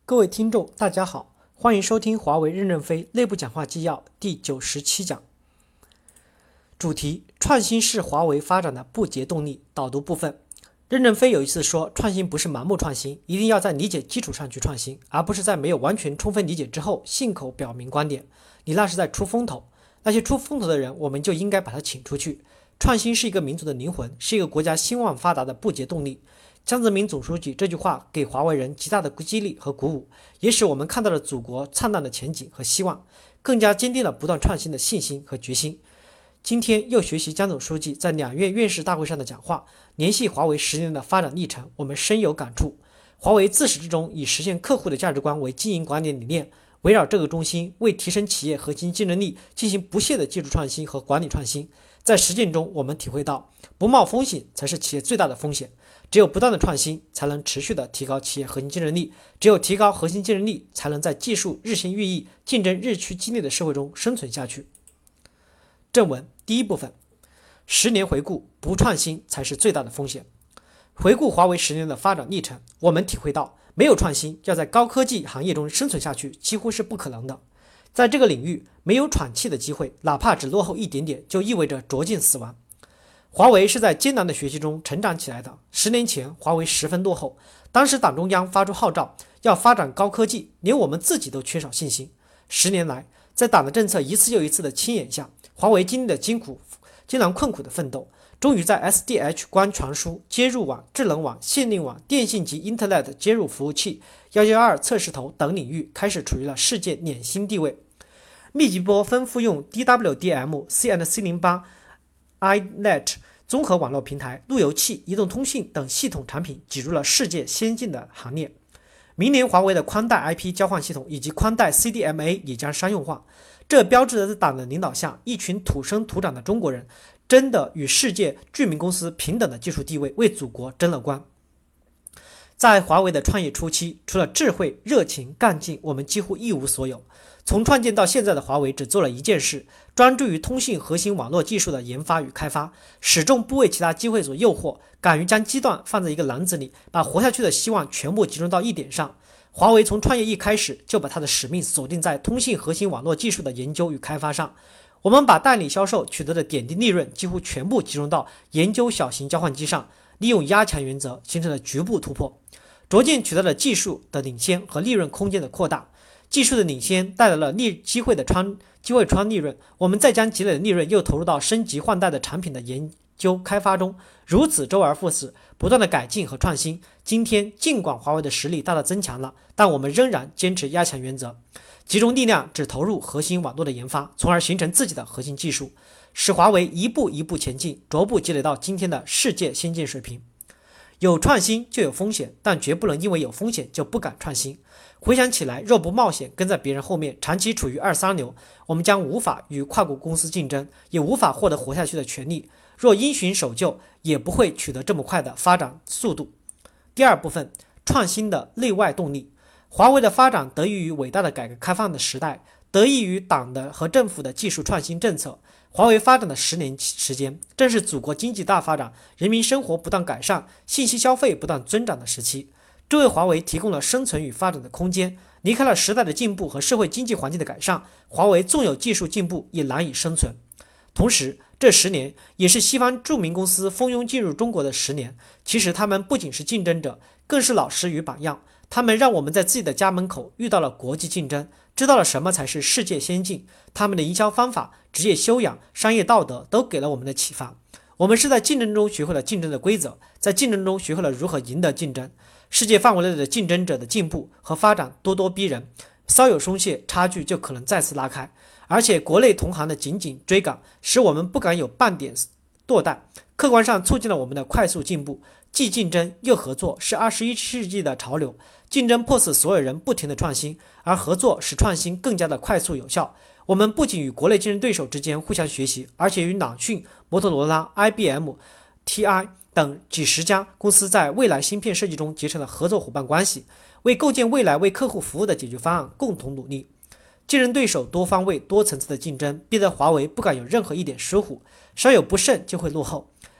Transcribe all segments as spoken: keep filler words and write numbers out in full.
各位听众，大家好，欢迎收听华为任正非内部讲话纪要第九十七讲。主题：创新是华为发展的不竭动力。导读部分，任正非有一次说，创新不是盲目创新，一定要在理解基础上去创新，而不是在没有完全充分理解之后信口表明观点，你那是在出风头。那些出风头的人，我们就应该把他请出去。创新是一个民族的灵魂，是一个国家兴旺发达的不竭动力。江泽民总书记这句话给华为人极大的激励和鼓舞，也使我们看到了祖国灿烂的前景和希望，更加坚定了不断创新的信心和决心。今天又学习江总书记在两院院士大会上的讲话，联系华为十年的发展历程，我们深有感触。华为自始至终以实现客户的价值观为经营管理理念，围绕这个中心，为提升企业核心竞争力进行不懈的技术创新和管理创新。在实践中，我们体会到，不冒风险才是企业最大的风险。只有不断的创新，才能持续的提高企业核心竞争力；只有提高核心竞争力，才能在技术日新月异、竞争日趋激烈的社会中生存下去。正文第一部分，十年回顾，不创新才是最大的风险。回顾华为十年的发展历程，我们体会到，没有创新，要在高科技行业中生存下去，几乎是不可能的。在这个领域，没有喘气的机会，哪怕只落后一点点，就意味着逐渐死亡。华为是在艰难的学习中成长起来的。十年前，华为十分落后，当时党中央发出号召，要发展高科技，连我们自己都缺少信心。十年来，在党的政策一次又一次的牵引下，华为经历了艰苦、艰难困苦的奋斗，终于在 S D H 光传输、接入网、智能网、限令网、电信及 Internet 接入服务器、一一二测试头等领域开始处于了世界领先地位。密集波分复用 D W D M、C and C 零八、I N E T 综合网络平台、路由器、移动通信等系统产品挤入了世界先进的行列。明年华为的宽带 I P 交换系统以及宽带 C D M A 也将商用化，这标志着在党的领导下，一群土生土长的中国人真的与世界著名公司平等的技术地位，为祖国争了光。在华为的创业初期，除了智慧、热情、干劲，我们几乎一无所有。从创建到现在的华为只做了一件事，专注于通信核心网络技术的研发与开发，始终不为其他机会所诱惑，敢于将鸡蛋放在一个篮子里，把活下去的希望全部集中到一点上。华为从创业一开始就把它的使命锁定在通信核心网络技术的研究与开发上。我们把代理销售取得的点滴利润几乎全部集中到研究小型交换机上，利用压强原则形成了局部突破，逐渐取得了技术的领先和利润空间的扩大。技术的领先带来了利机会的穿机会穿利润，我们再将积累的利润又投入到升级换代的产品的研究开发中，如此周而复始，不断的改进和创新。今天尽管华为的实力大大增强了，但我们仍然坚持压强原则，集中力量只投入核心网络的研发，从而形成自己的核心技术，使华为一步一步前进，逐步积累到今天的世界先进水平。有创新就有风险，但绝不能因为有风险就不敢创新。回想起来，若不冒险跟在别人后面，长期处于二三流，我们将无法与跨国公司竞争，也无法获得活下去的权利。若因循守旧，也不会取得这么快的发展速度。第二部分，创新的内外动力。华为的发展得益于伟大的改革开放的时代，得益于党的和政府的技术创新政策。华为发展的十年时间，正是祖国经济大发展、人民生活不断改善、信息消费不断增长的时期。这为华为提供了生存与发展的空间。离开了时代的进步和社会经济环境的改善，华为纵有技术进步也难以生存。同时，这十年也是西方著名公司蜂拥进入中国的十年。其实他们不仅是竞争者，更是老师与榜样。他们让我们在自己的家门口遇到了国际竞争，知道了什么才是世界先进。他们的营销方法、职业修养、商业道德都给了我们的启发。我们是在竞争中学会了竞争的规则，在竞争中学会了如何赢得竞争。世界范围内的竞争者的进步和发展咄咄逼人，稍有松懈，差距就可能再次拉开。而且国内同行的紧紧追赶，使我们不敢有半点堕怠，客观上促进了我们的快速进步。既竞争又合作是二十一世纪的潮流，竞争迫使所有人不停的创新，而合作使创新更加的快速有效。我们不仅与国内竞争对手之间互相学习，而且与朗讯、摩托罗拉、I B M、T I 等几十家公司在未来芯片设计中结成了合作伙伴关系，为构建未来为客户服务的解决方案共同努力。竞争对手多方位、多层次的竞争，逼得华为不敢有任何一点疏忽，稍有不慎就会落后。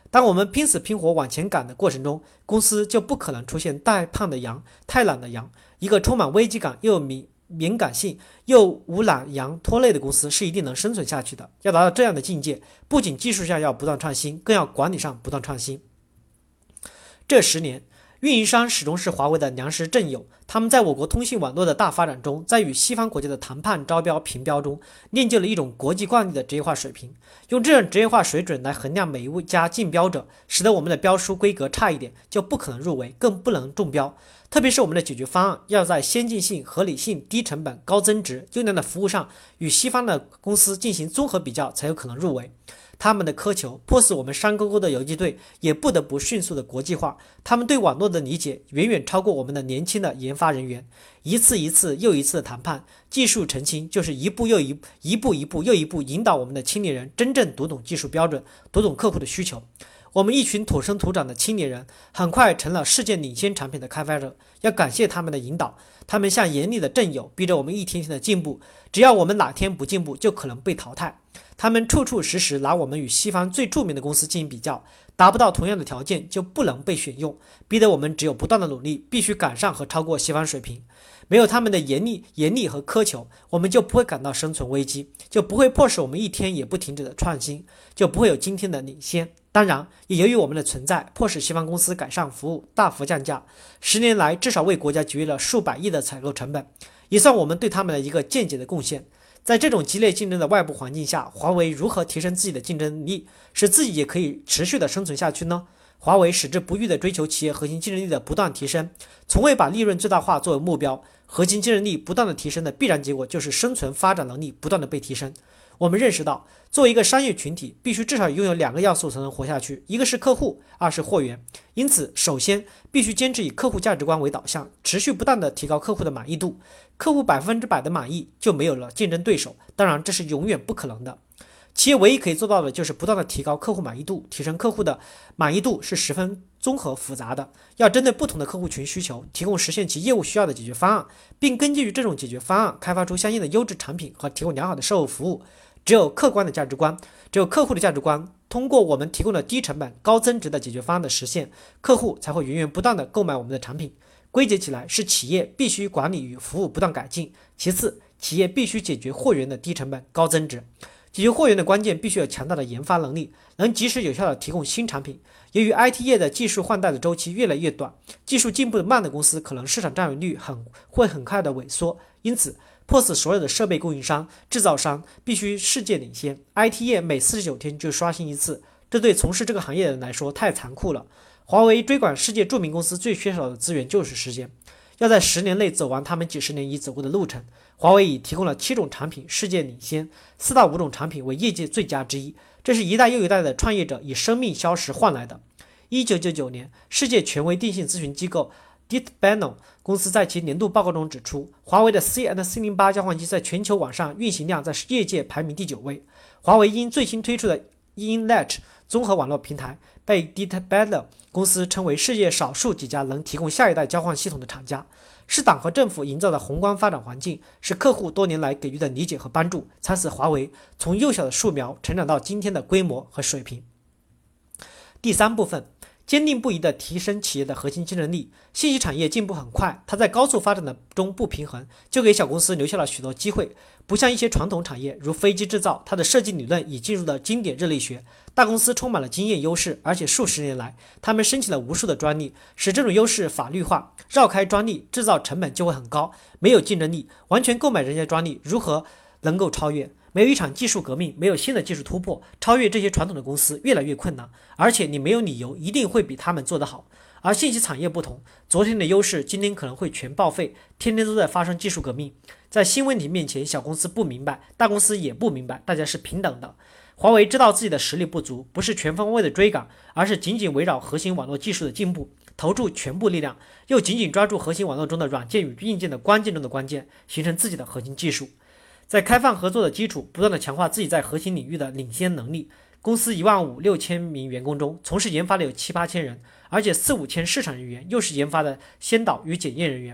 当我们拼死拼活往前赶的过程中，公司就不可能出现太胖的羊、太懒的羊。一个充满危机感又有敏敏感性又无懒羊拖累的公司是一定能生存下去的。要达到这样的境界，不仅技术上要不断创新，更要管理上不断创新。这十年，运营商始终是华为的良师正友，他们在我国通信网络的大发展中，在与西方国家的谈判、招标、评标中，练就了一种国际惯例的职业化水平。用这种职业化水准来衡量每一家竞标者，使得我们的标书规格差一点就不可能入围，更不能中标。特别是我们的解决方案要在先进性、合理性、低成本、高增值、优良的服务上，与西方的公司进行综合比较，才有可能入围。他们的苛求迫使我们山沟沟的游击队也不得不迅速的国际化，他们对网络的理解远远超过我们的年轻的研发人员。一次一次又一次的谈判，技术澄清就是一步又一一步一步又一步引导我们的青年人真正读懂技术标准，读懂客户的需求。我们一群土生土长的青年人，很快成了世界领先产品的开发者，要感谢他们的引导。他们像严厉的阵友，逼着我们一天天的进步。只要我们哪天不进步，就可能被淘汰。他们处处时时拿我们与西方最著名的公司进行比较，达不到同样的条件就不能被选用，逼得我们只有不断的努力，必须赶上和超过西方水平。没有他们的严厉、严厉和苛求，我们就不会感到生存危机，就不会迫使我们一天也不停止的创新，就不会有今天的领先。当然，也由于我们的存在，迫使西方公司改善服务，大幅降价。十年来，至少为国家节约了数百亿的采购成本，也算我们对他们的一个间接的贡献。在这种激烈竞争的外部环境下，华为如何提升自己的竞争力，使自己也可以持续的生存下去呢？华为矢志不渝地追求企业核心竞争力的不断提升，从未把利润最大化作为目标。核心竞争力不断的提升的必然结果就是生存发展能力不断的被提升。我们认识到，作为一个商业群体，必须至少拥有两个要素才能活下去，一个是客户，二是货源。因此，首先必须坚持以客户价值观为导向，持续不断的提高客户的满意度。客户百分之百的满意，就没有了竞争对手。当然，这是永远不可能的。企业唯一可以做到的就是不断的提高客户满意度。提升客户的满意度是十分综合复杂的，要针对不同的客户群需求，提供实现其业务需要的解决方案，并根据这种解决方案开发出相应的优质产品和提供良好的售后服务。只有客观的价值观，只有客户的价值观，通过我们提供的低成本、高增值的解决方案的实现，客户才会源源不断的购买我们的产品。归结起来，是企业必须管理与服务不断改进。其次，企业必须解决货源的低成本、高增值。解决货源的关键必须有强大的研发能力，能及时有效地提供新产品。由于 I T 业的技术换代的周期越来越短，技术进步的慢的公司可能市场占有率很会很快的萎缩，因此迫使所有的设备供应商、制造商必须世界领先。I T 业每四十九天就刷新一次，这对从事这个行业的人来说太残酷了。华为追赶世界著名公司最缺少的资源就是时间，要在十年内走完他们几十年已走过的路程。华为已提供了七种产品世界领先，四到五种产品为业界最佳之一，这是一代又一代的创业者以生命消蚀换来的。一九九九年，世界权威电信咨询机构 Dtbano 公司在其年度报告中指出，华为的 C and C 零八 交换机在全球网上运行量在业界排名第九位。华为因最新推出的 InLatch 综合网络平台被 Dtbano 公司称为世界少数几家能提供下一代交换系统的厂家。是党和政府营造的宏观发展环境，是客户多年来给予的理解和帮助，才使华为从幼小的树苗成长到今天的规模和水平。第三部分，坚定不移地提升企业的核心竞争力。信息产业进步很快，它在高速发展的中不平衡，就给小公司留下了许多机会。不像一些传统产业，如飞机制造，它的设计理论已进入了经典热力学，大公司充满了经验优势，而且数十年来，他们申请了无数的专利，使这种优势法律化。绕开专利，制造成本就会很高，没有竞争力，完全购买人家专利，如何能够超越？没有一场技术革命，没有新的技术突破，超越这些传统的公司越来越困难，而且你没有理由一定会比他们做得好。而信息产业不同，昨天的优势今天可能会全报废，天天都在发生技术革命。在新问题面前，小公司不明白，大公司也不明白，大家是平等的。华为知道自己的实力不足，不是全方位的追赶，而是紧紧围绕核心网络技术的进步，投注全部力量，又紧紧抓住核心网络中的软件与硬件的关键中的关键，形成自己的核心技术。在开放合作的基础，不断的强化自己在核心领域的领先能力。公司一万五六千名员工中，从事研发的有七八千人，而且四五千市场人员，又是研发的先导与检验人员。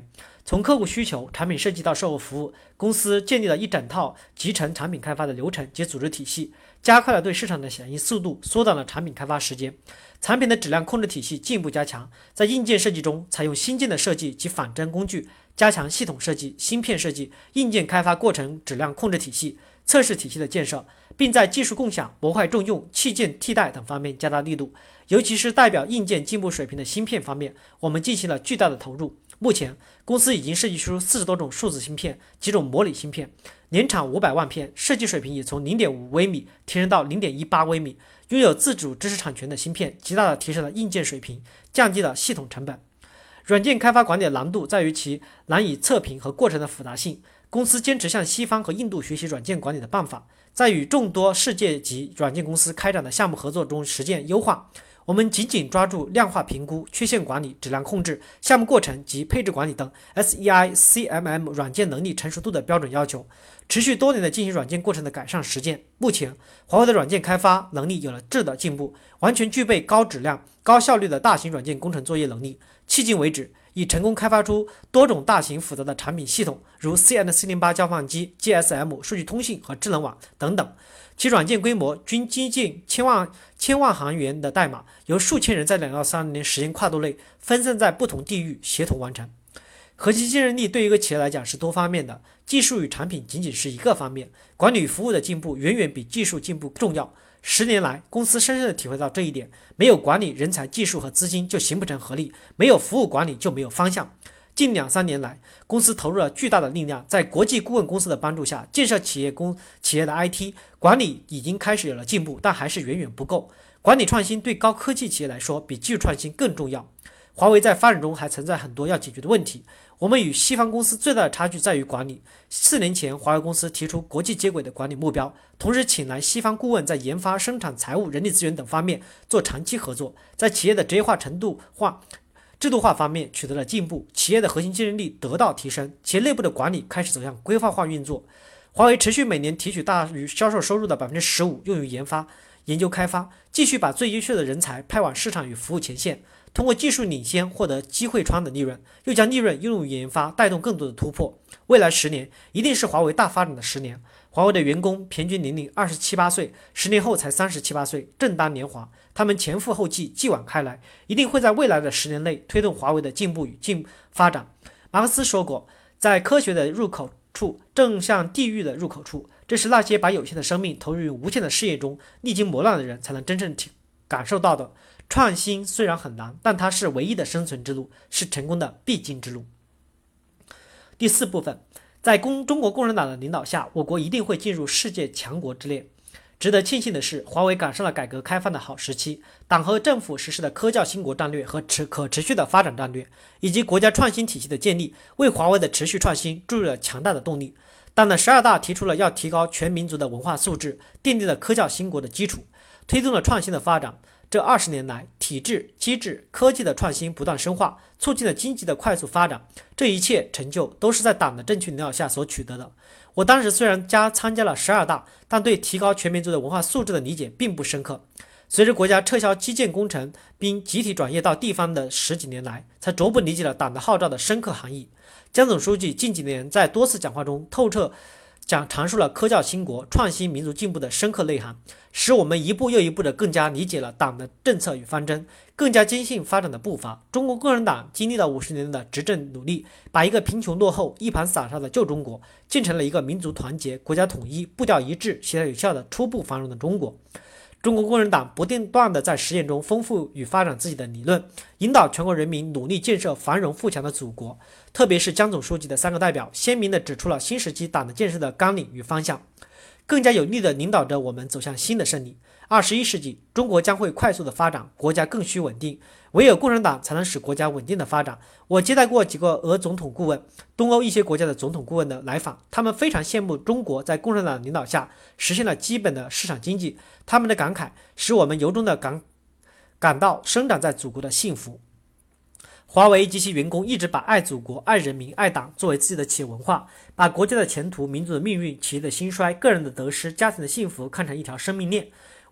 从客户需求、产品设计到售后服务，公司建立了一整套集成产品开发的流程及组织体系，加快了对市场的响应速度，缩短了产品开发时间。产品的质量控制体系进一步加强，在硬件设计中采用新建的设计及仿真工具，加强系统设计、芯片设计、硬件开发过程质量控制体系、测试体系的建设，并在技术共享、模块重用、器件替代等方面加大力度。尤其是代表硬件进步水平的芯片方面，我们进行了巨大的投入。目前，公司已经设计出四十多种数字芯片、几种模拟芯片，年产五百万片，设计水平也从 零点五微米提升到 零点一八微米。拥有自主知识产权的芯片，极大地提升了硬件水平，降低了系统成本。软件开发管理的难度在于其难以测评和过程的复杂性。公司坚持向西方和印度学习软件管理的办法，在与众多世界级软件公司开展的项目合作中实践优化。我们紧紧抓住量化评估、缺陷管理、质量控制、项目过程及配置管理等 S E I C M M 软件能力成熟度的标准要求，持续多年的进行软件过程的改善实践。目前，华为的软件开发能力有了质的进步，完全具备高质量、高效率的大型软件工程作业能力。迄今为止，已成功开发出多种大型复杂的产品系统，如 C and C 零八 交换机、G S M 数据通信和智能网等等。其软件规模均接近千万千万行元的代码，由数千人在两到三年时间跨度内分散在不同地域协同完成。核心竞争力对于一个企业来讲是多方面的，技术与产品仅仅是一个方面，管理与服务的进步远远比技术进步重要。十年来，公司深深地体会到这一点：没有管理、人才、技术和资金，就形不成合力；没有服务管理，就没有方向。近两三年来，公司投入了巨大的力量，在国际顾问公司的帮助下，建设企业公企业的 I T 管理已经开始有了进步，但还是远远不够。管理创新对高科技企业来说，比技术创新更重要。华为在发展中还存在很多要解决的问题。我们与西方公司最大的差距在于管理。四年前，华为公司提出国际接轨的管理目标，同时请来西方顾问在研发、生产、财务、人力资源等方面做长期合作，在企业的职业化程度化。制度化方面取得了进步，企业的核心竞争力得到提升，企业内部的管理开始走向规划化运作。华为持续每年提取大于销售收入的 百分之十五 用于研发、研究开发，继续把最优秀的人才派往市场与服务前线，通过技术领先获得机会窗的利润，又将利润用于研发，带动更多的突破。未来十年一定是华为大发展的十年。华为的员工平均年龄二十七八岁，十年后才三十七八岁，正当年华。他们前赴后继，继往开来，一定会在未来的十年内推动华为的进步与进发展。马克思说过，在科学的入口处，正像地狱的入口处，这是那些把有限的生命投入于无限的事业中，历经磨难的人才能真正体感受到的。创新虽然很难，但它是唯一的生存之路，是成功的必经之路。第四部分，在中国共产党的领导下，我国一定会进入世界强国之列。值得庆幸的是，华为赶上了改革开放的好时期，党和政府实施的科教兴国战略和持可持续的发展战略，以及国家创新体系的建立，为华为的持续创新注入了强大的动力。党的十二大提出了要提高全民族的文化素质，奠定了科教兴国的基础，推动了创新的发展。这二十年来，体制、机制、科技的创新不断深化，促进了经济的快速发展。这一切成就都是在党的正确领导下所取得的。我当时虽然加参加了十二大，但对提高全民族的文化素质的理解并不深刻。随着国家撤销基建工程并集体转业到地方的十几年来，才逐步理解了党的号召的深刻含义。江总书记近几年在多次讲话中透彻讲阐述了科教兴国、创新民族进步的深刻内涵，使我们一步又一步地更加理解了党的政策与方针，更加坚信发展的步伐。中国共产党经历了五十年的执政努力，把一个贫穷落后、一盘散沙的旧中国建成了一个民族团结、国家统一、步调一致、协调有效的初步繁荣的中国。中国共产党不断地在实践中丰富与发展自己的理论，引导全国人民努力建设繁荣富强的祖国。特别是江总书记的三个代表，鲜明地指出了新时期党的建设的纲领与方向，更加有力地领导着我们走向新的胜利。二十一世纪，中国将会快速的发展，国家更需稳定，唯有共产党才能使国家稳定的发展。我接待过几个俄总统顾问、东欧一些国家的总统顾问的来访，他们非常羡慕中国在共产党领导下实现了基本的市场经济，他们的感慨使我们由衷的感感到生长在祖国的幸福。华为及其员工一直把爱祖国、爱人民、爱党作为自己的企业文化，把国家的前途、民族的命运、企业的兴衰、个人的得失、家庭的幸福看成一条生命链。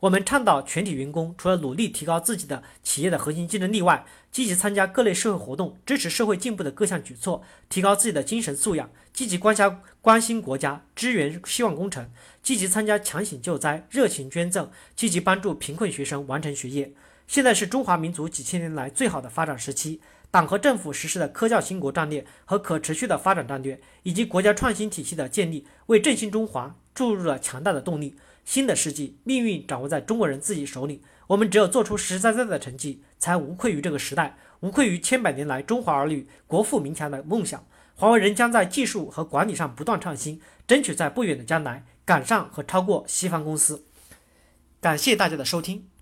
我们倡导全体员工除了努力提高自己的企业的核心竞争力外，积极参加各类社会活动，支持社会进步的各项举措，提高自己的精神素养，积极关心关心国家，支援希望工程，积极参加强险救灾，热情捐赠，积极帮助贫困学生完成学业。现在是中华民族几千年来最好的发展时期，党和政府实施的科教兴国战略和可持续的发展战略，以及国家创新体系的建立，为振兴中华注入了强大的动力。新的世纪，命运掌握在中国人自己手里，我们只有做出实实在在的成绩，才无愧于这个时代，无愧于千百年来中华儿女国富民强的梦想。华为仍将在技术和管理上不断创新，争取在不远的将来赶上和超过西方公司。感谢大家的收听。